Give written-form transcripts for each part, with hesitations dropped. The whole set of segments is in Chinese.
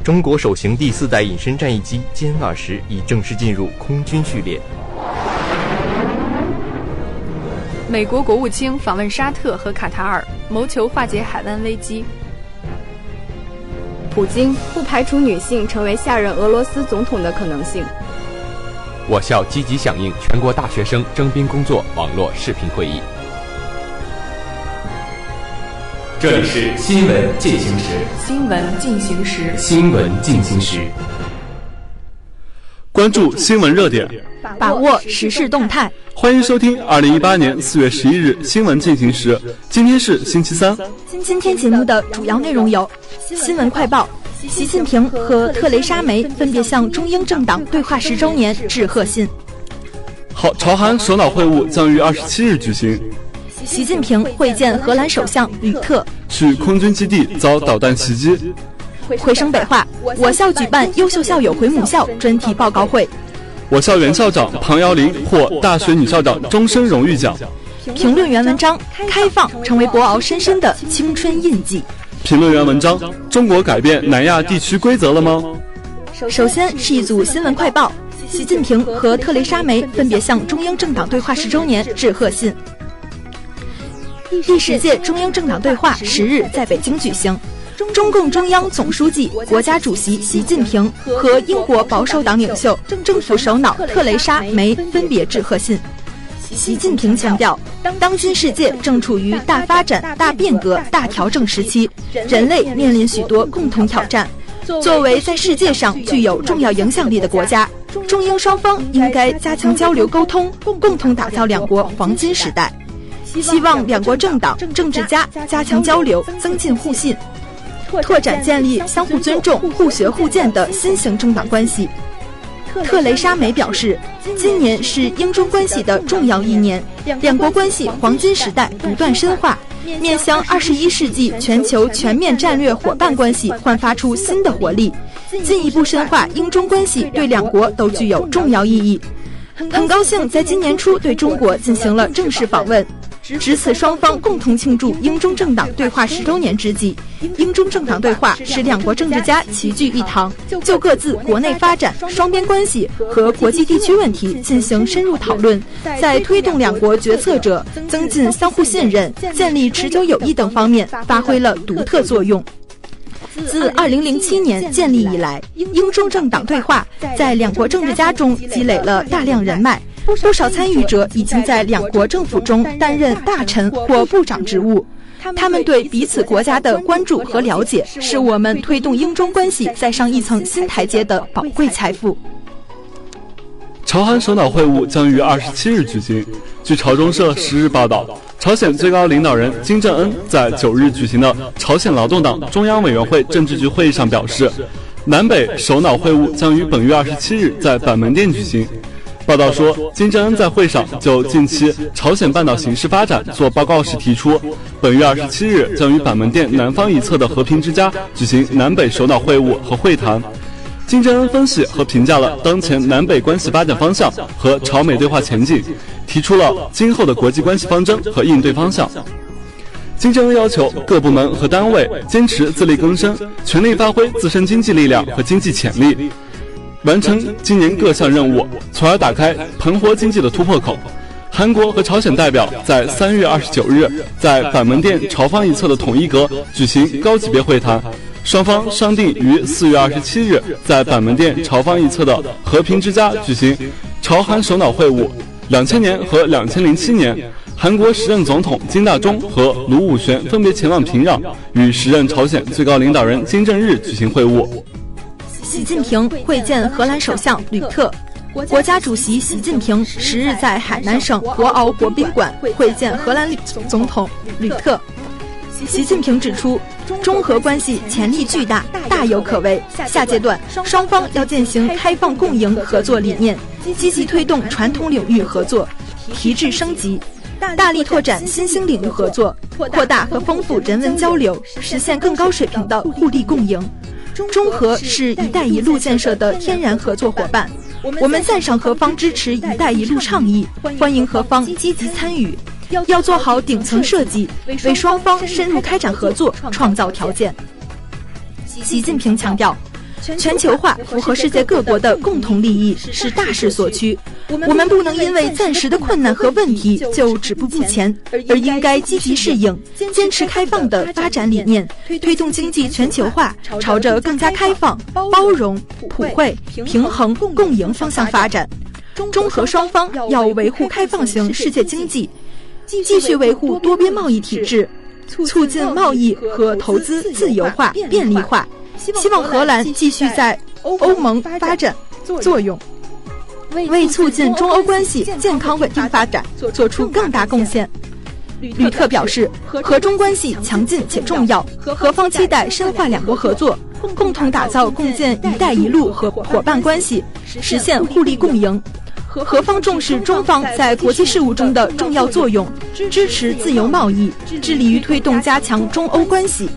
中国首型第4代隐身战役机歼20已正式进入空军序列。 美国国务卿访问沙特和卡塔尔，谋求化解海湾危机。 普京不排除女性成为下任俄罗斯总统的可能性。 我校积极响应全国大学生征兵工作网络视频会议。这里是新闻进行时。 新闻进行时。 新闻进行时。 关注新闻热点， 把握时事动态。 欢迎收听2018年4月11日新闻进行时。今天是星期三。 今天节目的主要内容有：新闻快报，习近平和特蕾莎梅分别向中英政党对话10周年致贺信。 朝韩首脑会晤将于27日举行。 习近平会见荷兰首相吕特。 去空军基地遭导弹袭击。 回声北话，我校举办优秀校友回母校专题报告会。 我校原校长庞瑶玲获大学女校长终身荣誉奖。 评论员文章：开放成为博鳌深深的青春印记。 评论员文章：中国改变南亚地区规则了吗？ 首先是一组新闻快报，习近平和特蕾莎梅分别向中英政党对话10周年致贺信。第10届中英政党对话10日在北京举行。中共中央总书记、国家主席习近平和英国保守党领袖、政府首脑特蕾莎梅分别致贺信。习近平强调，当今世界正处于大发展、大变革、大调整时期，人类面临许多共同挑战。作为在世界上具有重要影响力的国家，中英双方应该加强交流沟通，共同打造两国黄金时代。希望两国政党、政治家加强交流，增进互信，拓展建立相互尊重、互学互鉴的新型政党关系。特蕾莎梅表示，今年是英中关系的重要一年，两国关系黄金时代不断深化，面向21世纪全球全面战略伙伴关系焕发出新的活力，进一步深化英中关系对两国都具有重要意义。很高兴在今年初对中国进行了正式访问。值此双方共同庆祝英中政党对话10周年之际，英中政党对话使两国政治家齐聚一堂，就各自国内发展、双边关系和国际地区问题进行深入讨论，在推动两国决策者增进相互信任、建立持久友谊等方面发挥了独特作用。自2007年建立以来，英中政党对话在两国政治家中积累了大量人脉，不少参与者已经在两国政府中担任大臣或部长职务。他们对彼此国家的关注和了解，是我们推动英中关系再上一层新台阶的宝贵财富。 朝韩首脑会晤将于27日举行。据朝中社10日报道，朝鲜最高领导人金正恩在9日举行的朝鲜劳动党中央委员会政治局会议上表示，南北首脑会晤将于本月27日在板门店举行。报道说，金正恩在会上就近期朝鲜半岛形势发展做报告时提出，本月27日将于板门店南方一侧的和平之家举行南北首脑会晤和会谈。金正恩分析和评价了当前南北关系发展方向和朝美对话前景，提出了今后的国际关系方针和应对方向。金正恩要求各部门和单位坚持自力更生，全力发挥自身经济力量和经济潜力，完成今年各项任务，从而打开蓬勃经济的突破口。韩国和朝鲜代表在3月29日在板门店朝方一侧的统一阁举行高级别会谈，双方商定于4月27日在板门店朝方一侧的和平之家举行朝韩首脑会晤。2000年和2007年，韩国时任总统金大中和卢武铉分别前往平壤，与时任朝鲜最高领导人金正日举行会晤。 习近平会见荷兰首相吕特。国家主席习近平10日在海南省博鳌国宾馆会见荷兰总统吕特。习近平指出，中荷关系潜力巨大，大有可为。下阶段，双方要践行开放共赢合作理念，积极推动传统领域合作提质升级，大力拓展新兴领域合作，扩大和丰富人文交流，实现更高水平的互利共赢。中荷是“一带一路”建设的天然合作伙伴，我们赞赏荷方支持“一带一路”倡议，欢迎荷方积极参与。要做好顶层设计，为双方深入开展合作创造条件。习近平强调， 全球化符合世界各国的共同利益，是大势所趋。我们不能因为暂时的困难和问题就止步不前，而应该积极适应，坚持开放的发展理念，推动经济全球化朝着更加开放、包容、普惠、平衡、共赢方向发展。中荷双方要维护开放型世界经济，继续维护多边贸易体制，促进贸易和投资自由化、便利化。希望荷兰继续在欧盟发展作用，为促进中欧关系健康稳定发展做出更大贡献。吕特表示，荷中关系强劲且重要，荷方期待深化两国合作，共同打造共建“一带一路”和伙伴关系，实现互利共赢。荷方重视中方在国际事务中的重要作用，支持自由贸易，致力于推动加强中欧关系。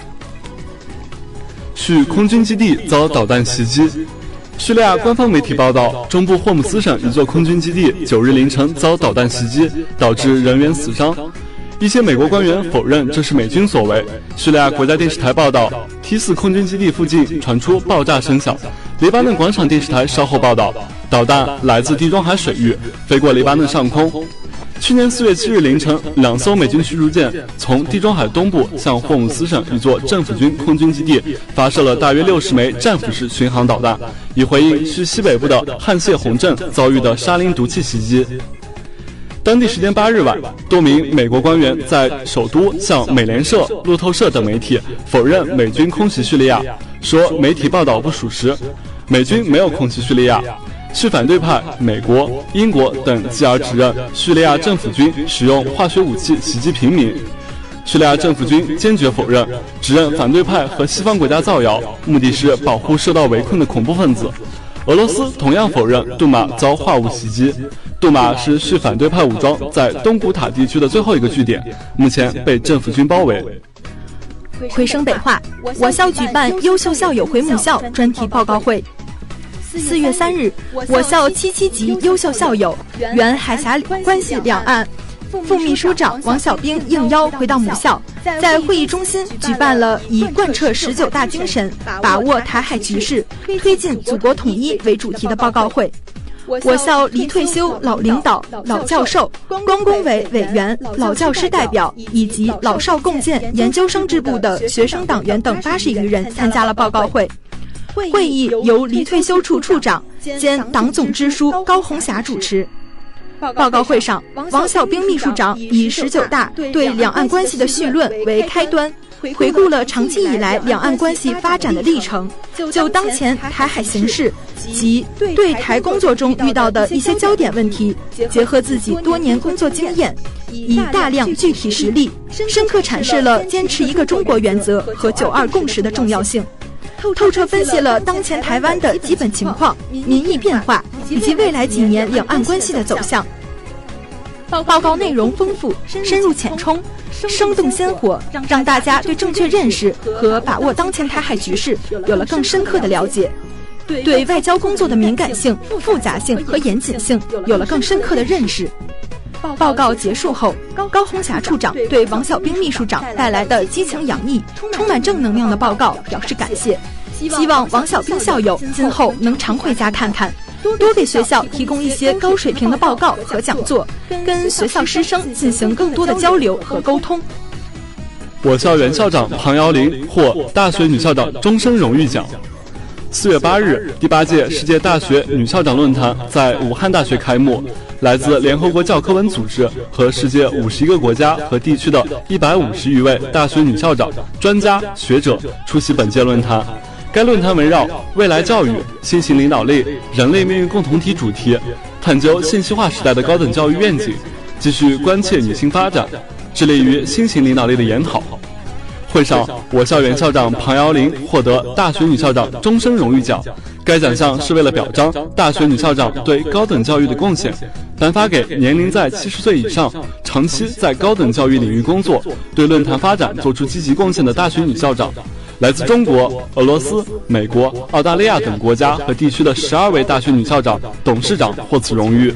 叙空军基地遭导弹袭击。叙利亚官方媒体报道，中部霍姆斯省一座空军基地9日凌晨遭导弹袭击，导致人员死伤。一些美国官员否认这是美军所为。叙利亚国家电视台报道，T4空军基地附近传出爆炸声响。黎巴嫩广场电视台稍后报道，导弹来自地中海水域，飞过黎巴嫩上空。去年4月7日凌晨，2艘美军驱逐舰从地中海东部向霍姆斯省一座政府军空军基地发射了大约60枚战斧式巡航导弹，以回应叙西北部的汉谢洪镇遭遇的沙林毒气袭击。当地时间8日晚，多名美国官员在首都向美联社、路透社等媒体否认美军空袭叙利亚，说媒体报道不属实，美军没有空袭叙利亚。叙反对派、美国、英国等继而指认叙利亚政府军使用化学武器袭击平民。叙利亚政府军坚决否认，指认反对派和西方国家造谣，目的是保护受到围困的恐怖分子。俄罗斯同样否认杜马遭化物袭击。杜马是叙反对派武装在东古塔地区的最后一个据点，目前被政府军包围。 回声北话，我校举办优秀校友回母校专题报告会。4月3日，我校77级优秀校友、原海峡关系两岸副秘书长王小兵应邀回到母校，在会议中心举办了以贯彻19大精神、把握台海局势、推进祖国统一为主题的报告会。我校离退休老领导、老教授、光工委委员、老教师代表以及老少共建研究生支部的学生党员等80余人参加了报告会。会议由离退休处处长兼党总支书高红霞主持。报告会上，王小兵秘书长以19大对两岸关系的绪论为开端，回顾了长期以来两岸关系发展的历程，就当前台海形势及对台工作中遇到的一些焦点问题，结合自己多年工作经验，以大量具体实例，深刻阐释了坚持一个中国原则和9·2共识的重要性，透彻分析了当前台湾的基本情况、民意变化以及未来几年两岸关系的走向。报告内容丰富、深入浅冲、生动鲜活，让大家对正确认识和把握当前台海局势有了更深刻的了解，对外交工作的敏感性、复杂性和严谨性有了更深刻的认识。报告结束后，高红霞处长对王小兵秘书长带来的激情洋溢、充满正能量的报告表示感谢，希望王小兵校友今后能常回家看看，多给学校提供一些高水平的报告和讲座，跟学校师生进行更多的交流和沟通。 我校原校长庞瑶玲获大学女校长终身荣誉奖。4月8日，第8届世界大学女校长论坛在武汉大学开幕，来自联合国教科文组织和世界51个国家和地区的150余位大学女校长、专家、学者出席本届论坛。该论坛围绕未来教育、新型领导力、人类命运共同体主题，探究信息化时代的高等教育愿景，继续关切女性发展，致力于新型领导力的研讨。会上，我校原校长庞瑶玲获得大学女校长终身荣誉奖。该奖项是为了表彰大学女校长对高等教育的贡献，颁发给年龄在70岁以上、长期在高等教育领域工作、对论坛发展做出积极贡献的大学女校长。来自中国、俄罗斯、美国、澳大利亚等国家和地区的12位大学女校长、董事长获此荣誉。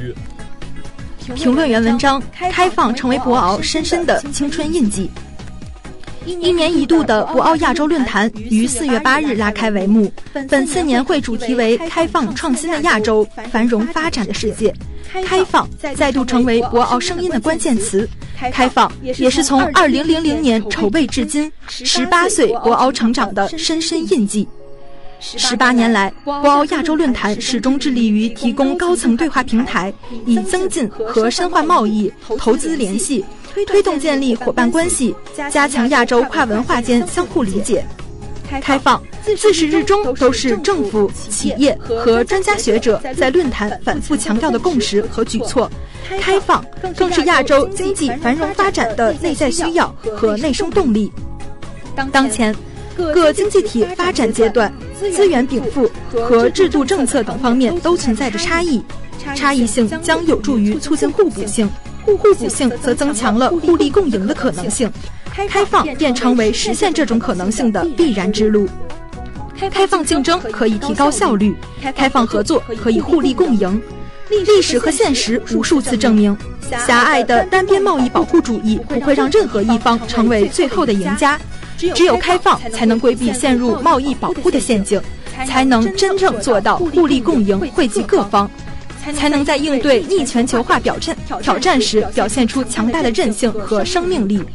评论员文章：开放成为博鳌深深的青春印记。 一年一度的博鳌亚洲论坛于4月8日拉开帷幕。本次年会主题为开放创新的亚洲，繁荣发展的世界。开放再度成为博鳌声音的关键词。开放也是从2000年筹备至今18岁博鳌成长的深深印记。18年来，博鳌亚洲论坛始终致力于提供高层对话平台，以增进和深化贸易、投资联系，推动建立伙伴关系，加强亚洲跨文化间相互理解。开放自始至终都是政府、企业和专家学者在论坛反复强调的共识和举措。开放更是亚洲经济繁荣发展的内在需要和内生动力。当前各经济体发展阶段、资源禀赋和制度政策等方面都存在着差异，差异性将有助于促进互补性，互补性则增强了互利共赢的可能性。开放便成为实现这种可能性的必然之路。开放竞争可以提高效率，开放合作可以互利共赢。历史和现实无数次证明，狭隘的单边贸易保护主义不会让任何一方成为最后的赢家。只有开放才能规避陷入贸易保护的陷阱，才能真正做到互利共赢，惠及各方，才能在应对逆全球化挑战时表现出强大的韧性和生命力。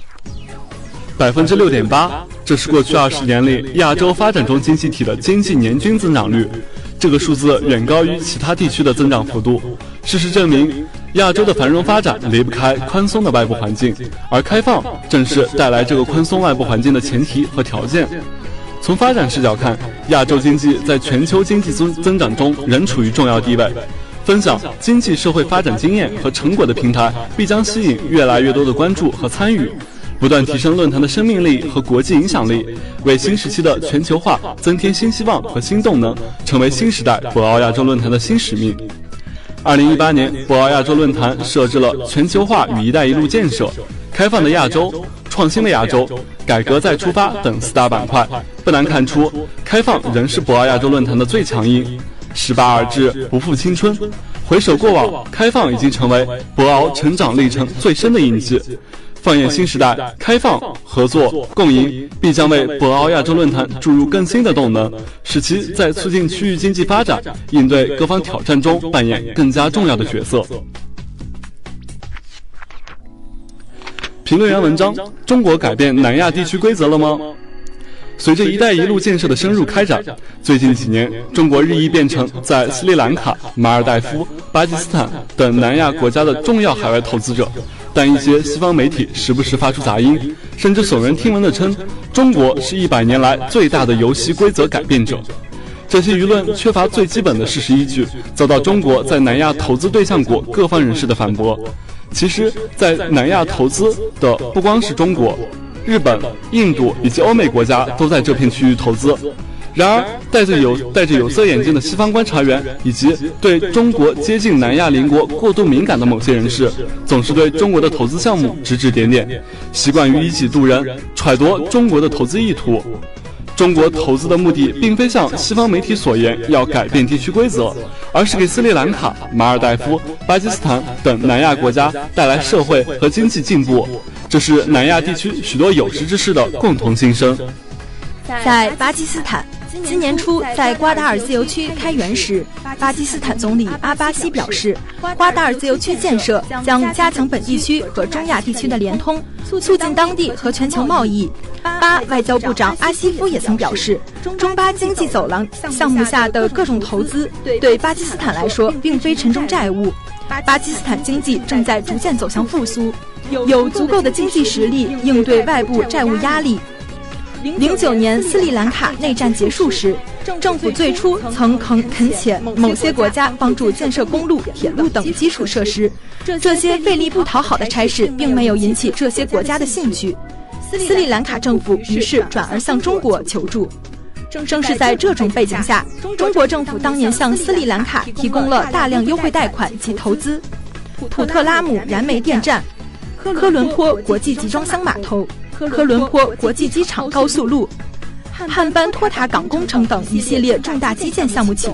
6.8%，这是过去20年里亚洲发展中经济体的经济年均增长率。这个数字远高于其他地区的增长幅度。事实证明，亚洲的繁荣发展离不开宽松的外部环境，而开放正是带来这个宽松外部环境的前提和条件。从发展视角看，亚洲经济在全球经济增长中仍处于重要地位。分享经济社会发展经验和成果的平台必将吸引越来越多的关注和参与，不断提升论坛的生命力和国际影响力，为新时期的全球化增添新希望和新动能，成为新时代博鳌亚洲论坛的新使命。2018年，博鳌亚洲论坛设置了全球化与一带一路建设、开放的亚洲、创新的亚洲、改革再出发等4大板块。不难看出，开放仍是博鳌亚洲论坛的最强音。18而至，不负青春。回首过往，开放已经成为博鳌成长历程最深的印记。放眼新时代，开放、合作、共赢必将为博鳌亚洲论坛注入更新的动能，使其在促进区域经济发展、应对各方挑战中扮演更加重要的角色。评论员文章：中国改变南亚地区规则了吗？随着“一带一路”建设的深入开展，最近几年，中国日益变成在斯里兰卡、马尔代夫、巴基斯坦等南亚国家的重要海外投资者。但一些西方媒体时不时发出杂音，甚至耸人听闻地称中国是100年来最大的游戏规则改变者。这些舆论缺乏最基本的事实依据，遭到中国在南亚投资对象国各方人士的反驳。其实，在南亚投资的不光是中国，日本、印度以及欧美国家都在这片区域投资。然而，戴着有色眼镜的西方观察员以及对中国接近南亚邻国过度敏感的某些人士，总是对中国的投资项目指指点点，习惯于以己度人，揣度中国的投资意图。中国投资的目的并非像西方媒体所言要改变地区规则，而是给斯里兰卡、马尔代夫、巴基斯坦等南亚国家带来社会和经济进步。这是南亚地区许多有识之士的共同心声。 在巴基斯坦，今年初在瓜达尔自由区开园时，巴基斯坦总理阿巴西表示，瓜达尔自由区建设将加强本地区和中亚地区的联通，促进当地和全球贸易。巴外交部长阿西夫也曾表示，中巴经济走廊项目下的各种投资对巴基斯坦来说并非沉重债务，巴基斯坦经济正在逐渐走向复苏，有足够的经济实力应对外部债务压力。09年斯里兰卡内战结束时，政府最初曾恳请某些国家帮助建设公路、铁路等基础设施，这些费力不讨好的差事并没有引起这些国家的兴趣。斯里兰卡政府于是转而向中国求助。正是在这种背景下，中国政府当年向斯里兰卡提供了大量优惠贷款及投资。普特拉姆燃煤电站、科伦坡国际集装箱码头、科伦坡国际机场高速路、汉班托塔港工程等一系列重大基建项目启动，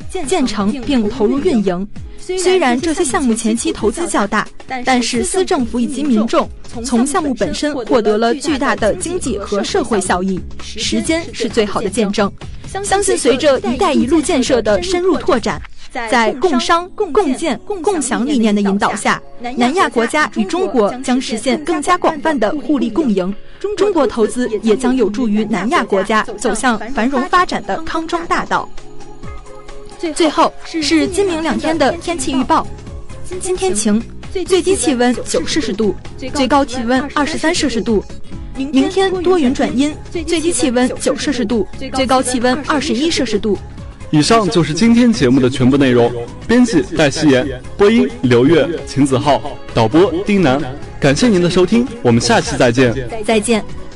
建成并投入运营。虽然这些项目前期投资较大，但是司政府以及民众从项目本身获得了巨大的经济和社会效益。时间是最好的见证。相信随着“一带一路”建设的深入拓展，在共商、共建、共享理念的引导下，南亚国家与中国将实现更加广泛的互利共赢。中国投资也将有助于南亚国家走向繁荣发展的康庄大道。最后是今明2天的天气预报：今天晴，最低气温9摄氏度，最高气温23摄氏度。明天多云转阴，最低气温9摄氏度，最高气温21摄氏度。 以上就是今天节目的全部内容。编辑戴希言，播音刘月、秦子浩，导播丁楠。感谢您的收听，我们下期再见。 再见。